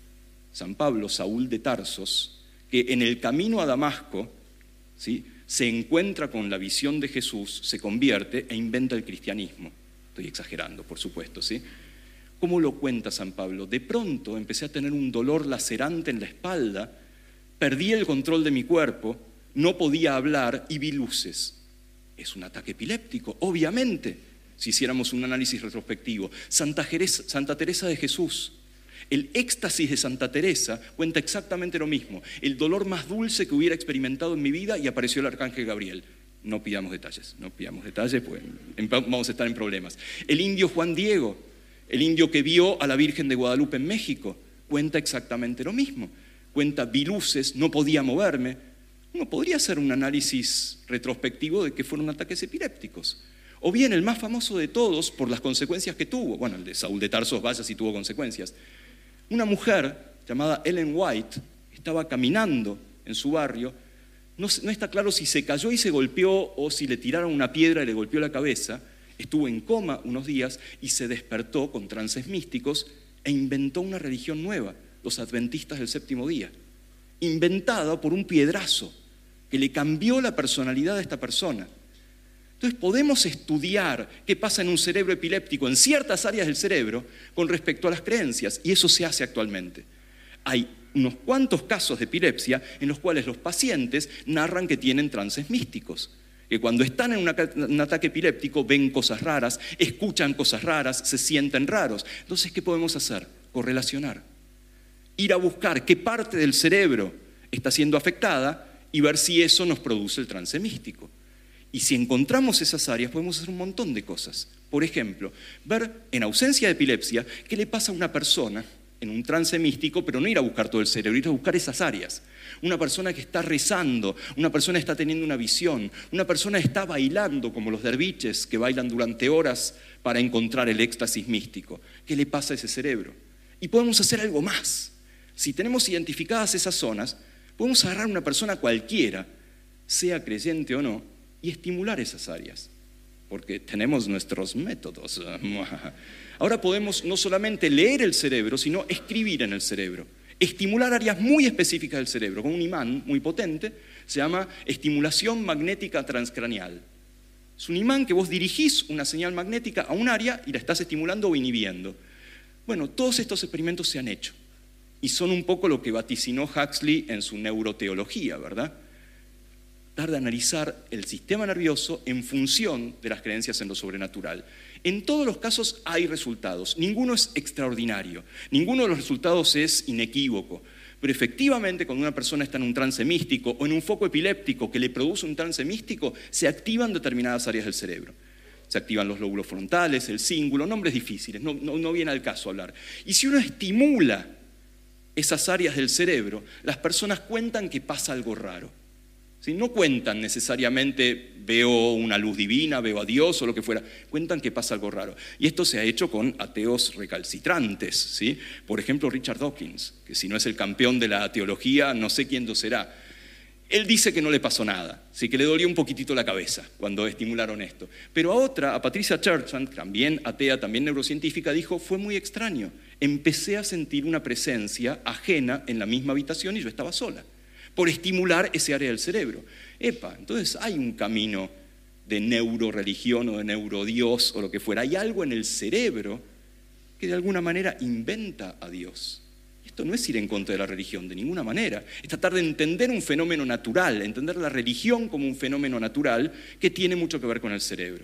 San Pablo, Saúl de Tarsos, que en el camino a Damasco, ¿sí?, se encuentra con la visión de Jesús, se convierte e inventa el cristianismo. Estoy exagerando, por supuesto, ¿sí? ¿Cómo lo cuenta San Pablo? De pronto empecé a tener un dolor lacerante en la espalda, perdí el control de mi cuerpo, no podía hablar y vi luces. Es un ataque epiléptico, obviamente, si hiciéramos un análisis retrospectivo. Santa, Jerez, Santa Teresa de Jesús, el éxtasis de Santa Teresa cuenta exactamente lo mismo. El dolor más dulce que hubiera experimentado en mi vida y apareció el arcángel Gabriel. No pidamos detalles, no pidamos detalles, pues vamos a estar en problemas. El indio Juan Diego, el indio que vio a la Virgen de Guadalupe en México, cuenta exactamente lo mismo. Cuenta, vi luces, no podía moverme. Uno podría hacer un análisis retrospectivo de que fueron ataques epilépticos. O bien, el más famoso de todos, por las consecuencias que tuvo, bueno, el de Saúl de Tarsos, vaya si tuvo consecuencias. Una mujer llamada Ellen White estaba caminando en su barrio. No, no está claro si se cayó y se golpeó o si le tiraron una piedra y le golpeó la cabeza. Estuvo en coma unos días y se despertó con trances místicos e inventó una religión nueva, los adventistas del séptimo día, inventada por un piedrazo que le cambió la personalidad de esta persona. Entonces podemos estudiar qué pasa en un cerebro epiléptico, en ciertas áreas del cerebro, con respecto a las creencias, y eso se hace actualmente. Hay unos cuantos casos de epilepsia en los cuales los pacientes narran que tienen trances místicos, que cuando están en una, un ataque epiléptico ven cosas raras, escuchan cosas raras, se sienten raros. Entonces, ¿qué podemos hacer? Correlacionar. Ir a buscar qué parte del cerebro está siendo afectada y ver si eso nos produce el trance místico. Y si encontramos esas áreas, podemos hacer un montón de cosas. Por ejemplo, ver en ausencia de epilepsia qué le pasa a una persona en un trance místico, pero no ir a buscar todo el cerebro, ir a buscar esas áreas. Una persona que está rezando, una persona que está teniendo una visión, una persona que está bailando, como los derviches que bailan durante horas para encontrar el éxtasis místico. ¿Qué le pasa a ese cerebro? Y podemos hacer algo más. Si tenemos identificadas esas zonas, podemos agarrar a una persona cualquiera, sea creyente o no, y estimular esas áreas, porque tenemos nuestros métodos. Ahora podemos no solamente leer el cerebro, sino escribir en el cerebro, estimular áreas muy específicas del cerebro, con un imán muy potente, se llama estimulación magnética transcraneal. Es un imán que vos dirigís una señal magnética a un área y la estás estimulando o inhibiendo. Bueno, todos estos experimentos se han hecho, y son un poco lo que vaticinó Huxley en su neuroteología, ¿verdad? Tratar de analizar el sistema nervioso en función de las creencias en lo sobrenatural. En todos los casos hay resultados, ninguno es extraordinario, ninguno de los resultados es inequívoco, pero efectivamente cuando una persona está en un trance místico o en un foco epiléptico que le produce un trance místico, se activan determinadas áreas del cerebro. Se activan los lóbulos frontales, el cíngulo, nombres difíciles, no, no, no viene al caso hablar. Y si uno estimula esas áreas del cerebro, las personas cuentan que pasa algo raro. ¿Sí? No cuentan necesariamente veo una luz divina, veo a Dios o lo que fuera, cuentan que pasa algo raro. Y esto se ha hecho con ateos recalcitrantes, ¿sí? Por ejemplo, Richard Dawkins, que si no es el campeón de la teología, no sé quién lo será. Él dice que no le pasó nada, sí, que le dolió un poquitito la cabeza cuando estimularon esto. Pero a otra, a Patricia Churchland, también atea, también neurocientífica, dijo, fue muy extraño. Empecé a sentir una presencia ajena en la misma habitación y yo estaba sola, por estimular ese área del cerebro. Epa, entonces hay un camino de neuroreligión o de neurodios o lo que fuera. Hay algo en el cerebro que de alguna manera inventa a Dios. Esto no es ir en contra de la religión, de ninguna manera. Es tratar de entender un fenómeno natural, entender la religión como un fenómeno natural que tiene mucho que ver con el cerebro.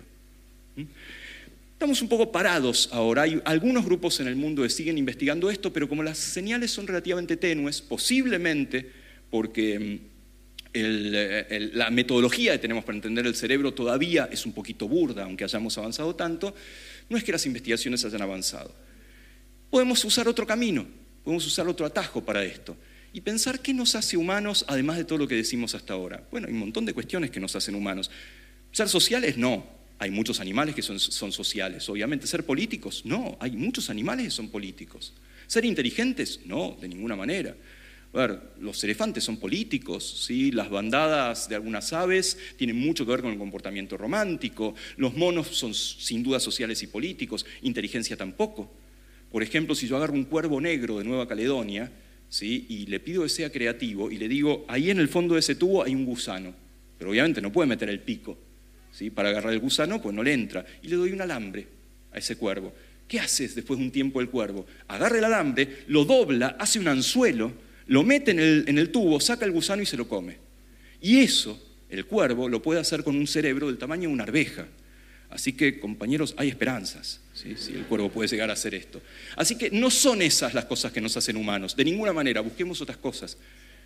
Estamos un poco parados ahora. Hay algunos grupos en el mundo que siguen investigando esto, pero como las señales son relativamente tenues, posiblemente porque el, el, la metodología que tenemos para entender el cerebro todavía es un poquito burda, aunque hayamos avanzado tanto, no es que las investigaciones hayan avanzado. Podemos usar otro camino, podemos usar otro atajo para esto y pensar qué nos hace humanos además de todo lo que decimos hasta ahora. Bueno, hay un montón de cuestiones que nos hacen humanos. Ser sociales, no. Hay muchos animales que son, son sociales, obviamente. Ser políticos, no. Hay muchos animales que son políticos. Ser inteligentes, no, de ninguna manera. A ver, los elefantes son políticos, ¿sí? Las bandadas de algunas aves tienen mucho que ver con el comportamiento romántico. Los monos son sin duda sociales y políticos. Inteligencia tampoco. Por ejemplo, si yo agarro un cuervo negro de Nueva Caledonia, ¿sí? Y le pido que sea creativo y le digo, ahí en el fondo de ese tubo hay un gusano, pero obviamente no puede meter el pico, ¿sí? Para agarrar el gusano, pues no le entra. Y le doy un alambre a ese cuervo. ¿Qué haces después de un tiempo el cuervo? Agarra el alambre, lo dobla, hace un anzuelo, lo mete en el, en el tubo, saca el gusano y se lo come. Y eso, el cuervo, lo puede hacer con un cerebro del tamaño de una arveja. Así que, compañeros, hay esperanzas, ¿sí? Si el cuervo puede llegar a hacer esto. Así que no son esas las cosas que nos hacen humanos, de ninguna manera, busquemos otras cosas.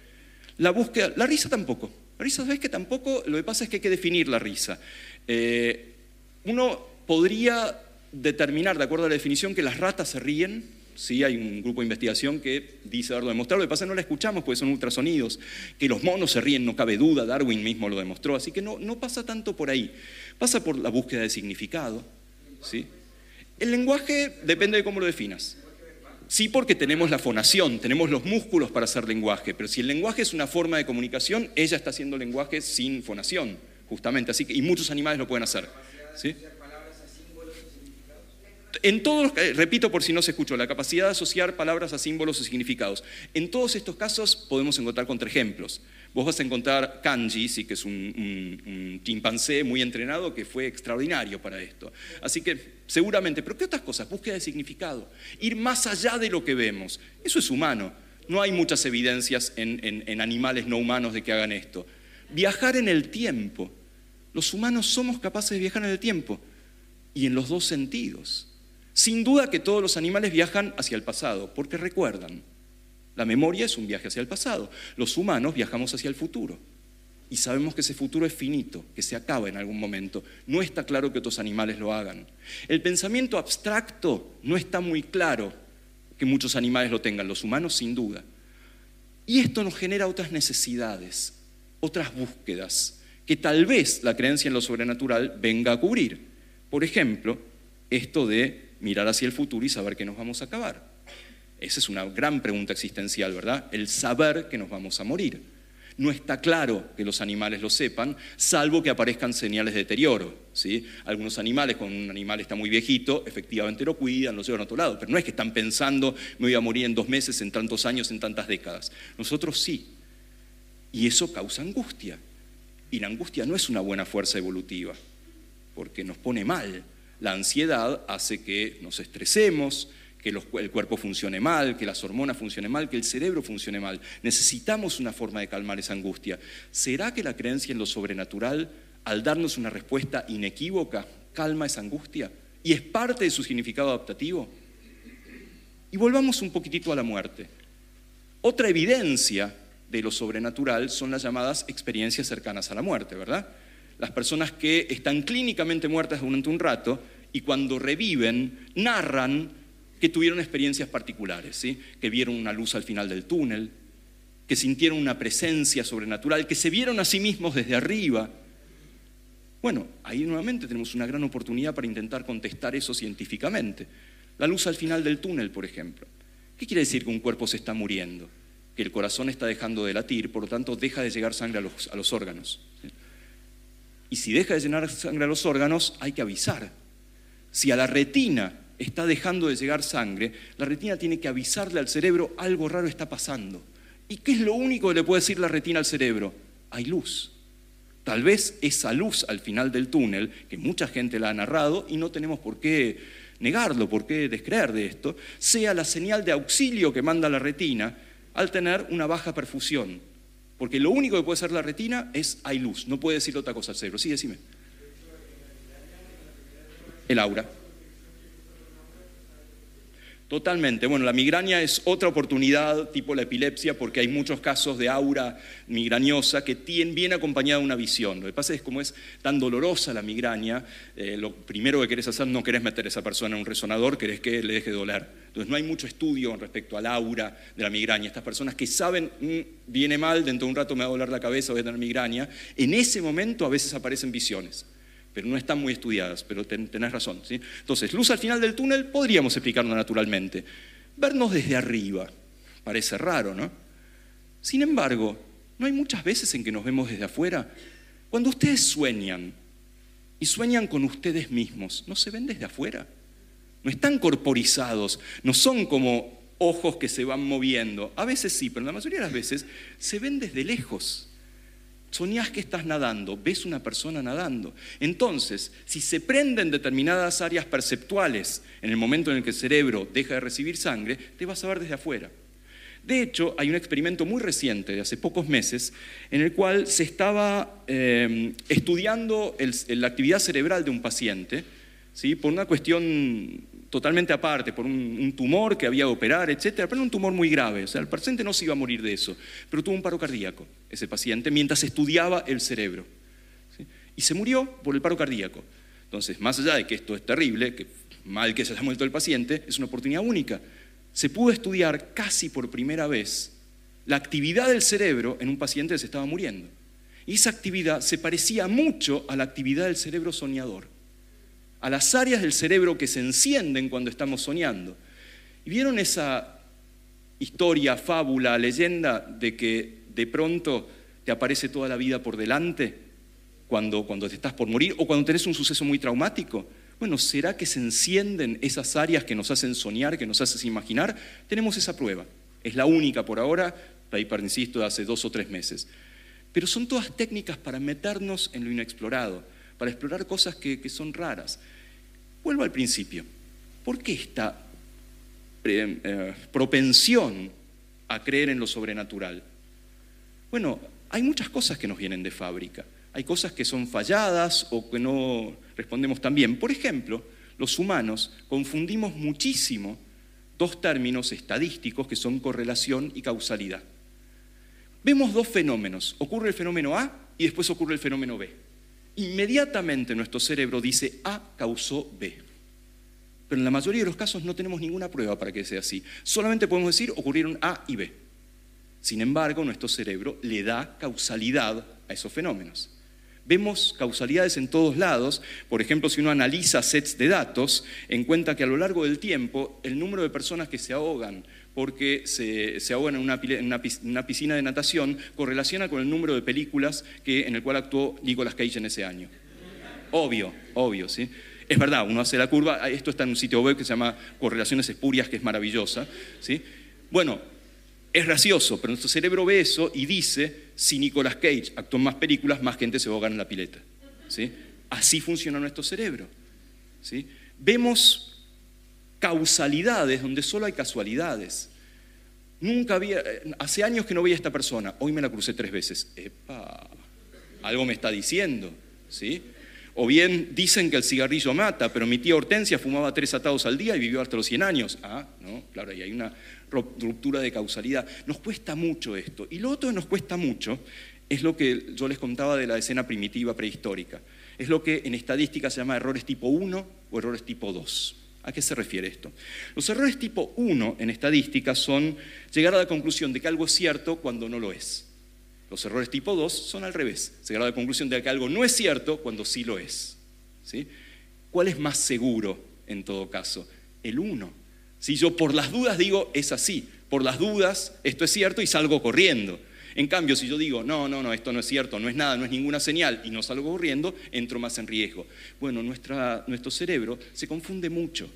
La búsqueda, la risa tampoco. La risa, ¿sabes qué? Tampoco, lo que pasa es que hay que definir la risa. Eh, uno podría determinar, de acuerdo a la definición, que las ratas se ríen. Sí, hay un grupo de investigación que dice haberlo demostrado. Lo que pasa es que no la escuchamos porque son ultrasonidos. Que los monos se ríen, no cabe duda, Darwin mismo lo demostró. Así que no, no pasa tanto por ahí. Pasa por la búsqueda de significado. ¿Sí? El lenguaje depende de cómo lo definas. Sí, porque tenemos la fonación, tenemos los músculos para hacer lenguaje, pero si el lenguaje es una forma de comunicación, ella está haciendo lenguaje sin fonación, justamente, así que, y muchos animales lo pueden hacer. ¿Sí? En todos, repito por si no se escuchó, la capacidad de asociar palabras a símbolos o significados. En todos estos casos podemos encontrar contraejemplos. Vos vas a encontrar Kanji, sí, que es un, un, un chimpancé muy entrenado que fue extraordinario para esto. Así que seguramente, pero ¿qué otras cosas? Búsqueda de significado, ir más allá de lo que vemos. Eso es humano. No hay muchas evidencias en, en, en animales no humanos de que hagan esto. Viajar en el tiempo. Los humanos somos capaces de viajar en el tiempo y en los dos sentidos. Sin duda que todos los animales viajan hacia el pasado, porque recuerdan. La memoria es un viaje hacia el pasado. Los humanos viajamos hacia el futuro. Y sabemos que ese futuro es finito, que se acaba en algún momento. No está claro que otros animales lo hagan. El pensamiento abstracto no está muy claro que muchos animales lo tengan, los humanos sin duda. Y esto nos genera otras necesidades, otras búsquedas, que tal vez la creencia en lo sobrenatural venga a cubrir. Por ejemplo, esto de mirar hacia el futuro y saber que nos vamos a acabar. Esa es una gran pregunta existencial, ¿verdad? El saber que nos vamos a morir. No está claro que los animales lo sepan, salvo que aparezcan señales de deterioro, ¿sí? Algunos animales, cuando un animal está muy viejito, efectivamente lo cuidan, lo llevan a otro lado, pero no es que están pensando, me voy a morir en dos meses, en tantos años, en tantas décadas. Nosotros sí. Y eso causa angustia. Y la angustia no es una buena fuerza evolutiva, porque nos pone mal. La ansiedad hace que nos estresemos, que los, el cuerpo funcione mal, que las hormonas funcionen mal, que el cerebro funcione mal. Necesitamos una forma de calmar esa angustia. ¿Será que la creencia en lo sobrenatural, al darnos una respuesta inequívoca, calma esa angustia? ¿Y es parte de su significado adaptativo? Y volvamos un poquitito a la muerte. Otra evidencia de lo sobrenatural son las llamadas experiencias cercanas a la muerte, ¿verdad? Las personas que están clínicamente muertas durante un rato y cuando reviven, narran que tuvieron experiencias particulares, ¿sí? Que vieron una luz al final del túnel, que sintieron una presencia sobrenatural, que se vieron a sí mismos desde arriba. Bueno, ahí nuevamente tenemos una gran oportunidad para intentar contestar eso científicamente. La luz al final del túnel, por ejemplo. ¿Qué quiere decir que un cuerpo se está muriendo? Que el corazón está dejando de latir, por lo tanto deja de llegar sangre a los, a los órganos, ¿sí? Y si deja de llegar sangre a los órganos, hay que avisar. Si a la retina está dejando de llegar sangre, la retina tiene que avisarle al cerebro algo raro está pasando. ¿Y qué es lo único que le puede decir la retina al cerebro? Hay luz. Tal vez esa luz al final del túnel, que mucha gente la ha narrado y no tenemos por qué negarlo, por qué descreer de esto, sea la señal de auxilio que manda la retina al tener una baja perfusión. Porque lo único que puede hacer la retina es hay luz, no puede decir otra cosa al cerebro. Sí, decime. El aura. Totalmente. Bueno, la migraña es otra oportunidad tipo la epilepsia porque hay muchos casos de aura migrañosa que tienen bien acompañada una visión. Lo que pasa es que como es tan dolorosa la migraña, eh, lo primero que querés hacer no querés meter a esa persona en un resonador, querés que le deje de doler. Entonces no hay mucho estudio respecto al aura de la migraña. Estas personas que saben, mmm, viene mal, dentro de un rato me va a doler la cabeza, voy a tener migraña, en ese momento a veces aparecen visiones. Pero no están muy estudiadas, pero ten, tenés razón, ¿sí? Entonces, luz al final del túnel podríamos explicarlo naturalmente. Vernos desde arriba, parece raro, ¿no? Sin embargo, ¿no hay muchas veces en que nos vemos desde afuera? Cuando ustedes sueñan, y sueñan con ustedes mismos, ¿no se ven desde afuera? No están corporizados, no son como ojos que se van moviendo. A veces sí, pero la mayoría de las veces se ven desde lejos. Soñás que estás nadando, ves una persona nadando. Entonces, si se prenden determinadas áreas perceptuales en el momento en el que el cerebro deja de recibir sangre, te vas a ver desde afuera. De hecho, hay un experimento muy reciente, de hace pocos meses, en el cual se estaba eh, estudiando el, la actividad cerebral de un paciente, ¿sí? Por una cuestión totalmente aparte, por un, un tumor que había que operar, etcétera, pero un tumor muy grave. O sea, el paciente no se iba a morir de eso, pero tuvo un paro cardíaco, ese paciente, mientras estudiaba el cerebro. ¿Sí? Y se murió por el paro cardíaco. Entonces, más allá de que esto es terrible, que mal que se haya muerto el paciente, es una oportunidad única. Se pudo estudiar casi por primera vez la actividad del cerebro en un paciente que se estaba muriendo. Y esa actividad se parecía mucho a la actividad del cerebro soñador, a las áreas del cerebro que se encienden cuando estamos soñando. ¿Y vieron esa historia, fábula, leyenda de que de pronto te aparece toda la vida por delante cuando, cuando te estás por morir o cuando tenés un suceso muy traumático? Bueno, ¿será que se encienden esas áreas que nos hacen soñar, que nos hacen imaginar? Tenemos esa prueba. Es la única por ahora, paper, insisto, de hace dos o tres meses. Pero son todas técnicas para meternos en lo inexplorado, para explorar cosas que, que son raras. Vuelvo al principio. ¿Por qué esta eh, eh, propensión a creer en lo sobrenatural? Bueno, hay muchas cosas que nos vienen de fábrica. Hay cosas que son falladas o que no respondemos tan bien. Por ejemplo, los humanos confundimos muchísimo dos términos estadísticos que son correlación y causalidad. Vemos dos fenómenos. Ocurre el fenómeno A y después ocurre el fenómeno B. Inmediatamente nuestro cerebro dice A causó B. Pero en la mayoría de los casos no tenemos ninguna prueba para que sea así. Solamente podemos decir ocurrieron A y B. Sin embargo, nuestro cerebro le da causalidad a esos fenómenos. Vemos causalidades en todos lados. Por ejemplo, si uno analiza sets de datos, encuentra que a lo largo del tiempo el número de personas que se ahogan porque se, se ahogan en una, en una, una piscina de natación correlaciona con el número de películas que, en el cual actuó Nicolas Cage en ese año. Obvio, obvio, ¿sí? Es verdad, uno hace la curva, esto está en un sitio web que se llama Correlaciones Espurias, que es maravillosa, ¿sí? Bueno, es gracioso, pero nuestro cerebro ve eso y dice, si Nicolas Cage actuó en más películas, más gente se va a ahogar en la pileta, ¿sí? Así funciona nuestro cerebro, ¿sí? Vemos causalidades donde solo hay casualidades. Nunca había, hace años que no veía a esta persona, hoy me la crucé tres veces. ¡Epa! Algo me está diciendo, ¿sí? O bien dicen que el cigarrillo mata, pero mi tía Hortensia fumaba tres atados al día y vivió hasta los cien años. Ah, no, claro, ahí hay una ruptura de causalidad. Nos cuesta mucho esto. Y lo otro que nos cuesta mucho es lo que yo les contaba de la escena primitiva prehistórica. Es lo que en estadística se llama errores tipo uno o errores tipo dos. ¿A qué se refiere esto? Los errores tipo uno en estadística son llegar a la conclusión de que algo es cierto cuando no lo es. Los errores tipo dos son al revés, llegar a la conclusión de que algo no es cierto cuando sí lo es. ¿Sí? ¿Cuál es más seguro en todo caso? El uno. Si yo por las dudas digo es así, por las dudas esto es cierto y salgo corriendo. En cambio, si yo digo no, no, no, esto no es cierto, no es nada, no es ninguna señal y no salgo corriendo, entro más en riesgo. Bueno, nuestra, nuestro cerebro se confunde mucho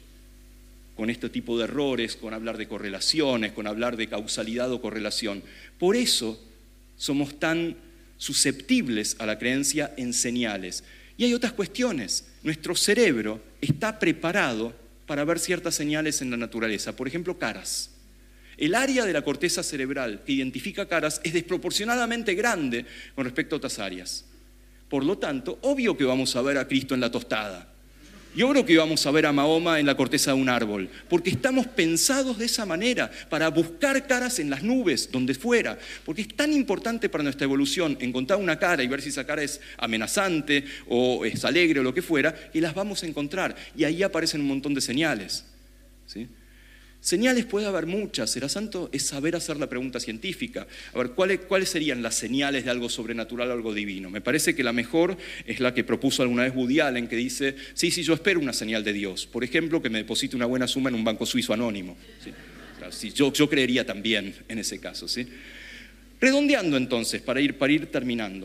con este tipo de errores, con hablar de correlaciones, con hablar de causalidad o correlación. Por eso somos tan susceptibles a la creencia en señales. Y hay otras cuestiones. Nuestro cerebro está preparado para ver ciertas señales en la naturaleza, por ejemplo, caras. El área de la corteza cerebral que identifica caras es desproporcionadamente grande con respecto a otras áreas. Por lo tanto, obvio que vamos a ver a Cristo en la tostada. Y obvio que vamos a ver a Mahoma en la corteza de un árbol, porque estamos pensados de esa manera, para buscar caras en las nubes, donde fuera. Porque es tan importante para nuestra evolución encontrar una cara y ver si esa cara es amenazante o es alegre o lo que fuera, que las vamos a encontrar. Y ahí aparecen un montón de señales, ¿sí? Señales puede haber muchas. Será santo es saber hacer la pregunta científica. A ver, ¿cuáles, ¿cuáles serían las señales de algo sobrenatural o algo divino? Me parece que la mejor es la que propuso alguna vez Woody Allen, que dice, sí, sí, yo espero una señal de Dios. Por ejemplo, que me deposite una buena suma en un banco suizo anónimo, ¿sí? O sea, sí, yo, yo creería también en ese caso, ¿sí? Redondeando entonces, para ir, para ir terminando.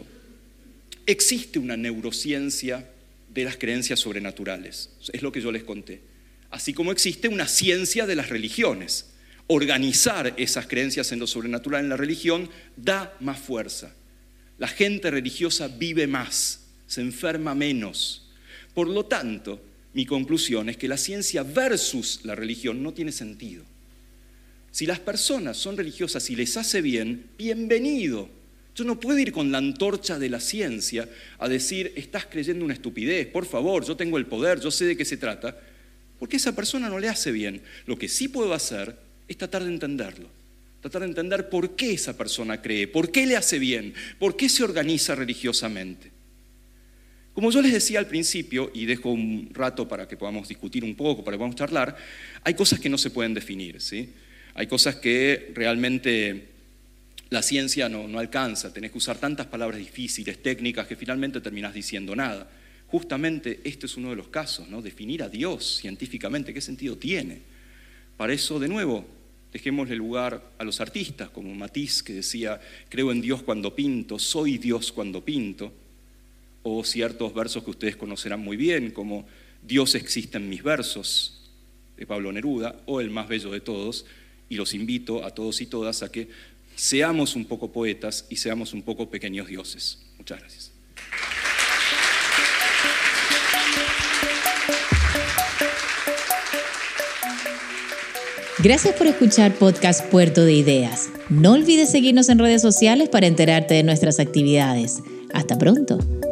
Existe una neurociencia de las creencias sobrenaturales. Es lo que yo les conté. Así como existe una ciencia de las religiones. Organizar esas creencias en lo sobrenatural en la religión da más fuerza. La gente religiosa vive más, se enferma menos. Por lo tanto, mi conclusión es que la ciencia versus la religión no tiene sentido. Si las personas son religiosas y les hace bien, bienvenido. Yo no puedo ir con la antorcha de la ciencia a decir, estás creyendo una estupidez, por favor, yo tengo el poder, yo sé de qué se trata. Porque a esa persona no le hace bien. Lo que sí puedo hacer es tratar de entenderlo. Tratar de entender por qué esa persona cree, por qué le hace bien, por qué se organiza religiosamente. Como yo les decía al principio, y dejo un rato para que podamos discutir un poco, para que podamos charlar, hay cosas que no se pueden definir, ¿sí? Hay cosas que realmente la ciencia no, no alcanza. Tenés que usar tantas palabras difíciles, técnicas, que finalmente terminás diciendo nada. Justamente este es uno de los casos, ¿no? Definir a Dios científicamente, ¿qué sentido tiene? Para eso, de nuevo, dejémosle lugar a los artistas, como Matisse, que decía, creo en Dios cuando pinto, soy Dios cuando pinto, o ciertos versos que ustedes conocerán muy bien, como Dios existe en mis versos, de Pablo Neruda, o el más bello de todos, y los invito a todos y todas a que seamos un poco poetas y seamos un poco pequeños dioses. Muchas gracias. Gracias por escuchar Podcast Puerto de Ideas. No olvides seguirnos en redes sociales para enterarte de nuestras actividades. Hasta pronto.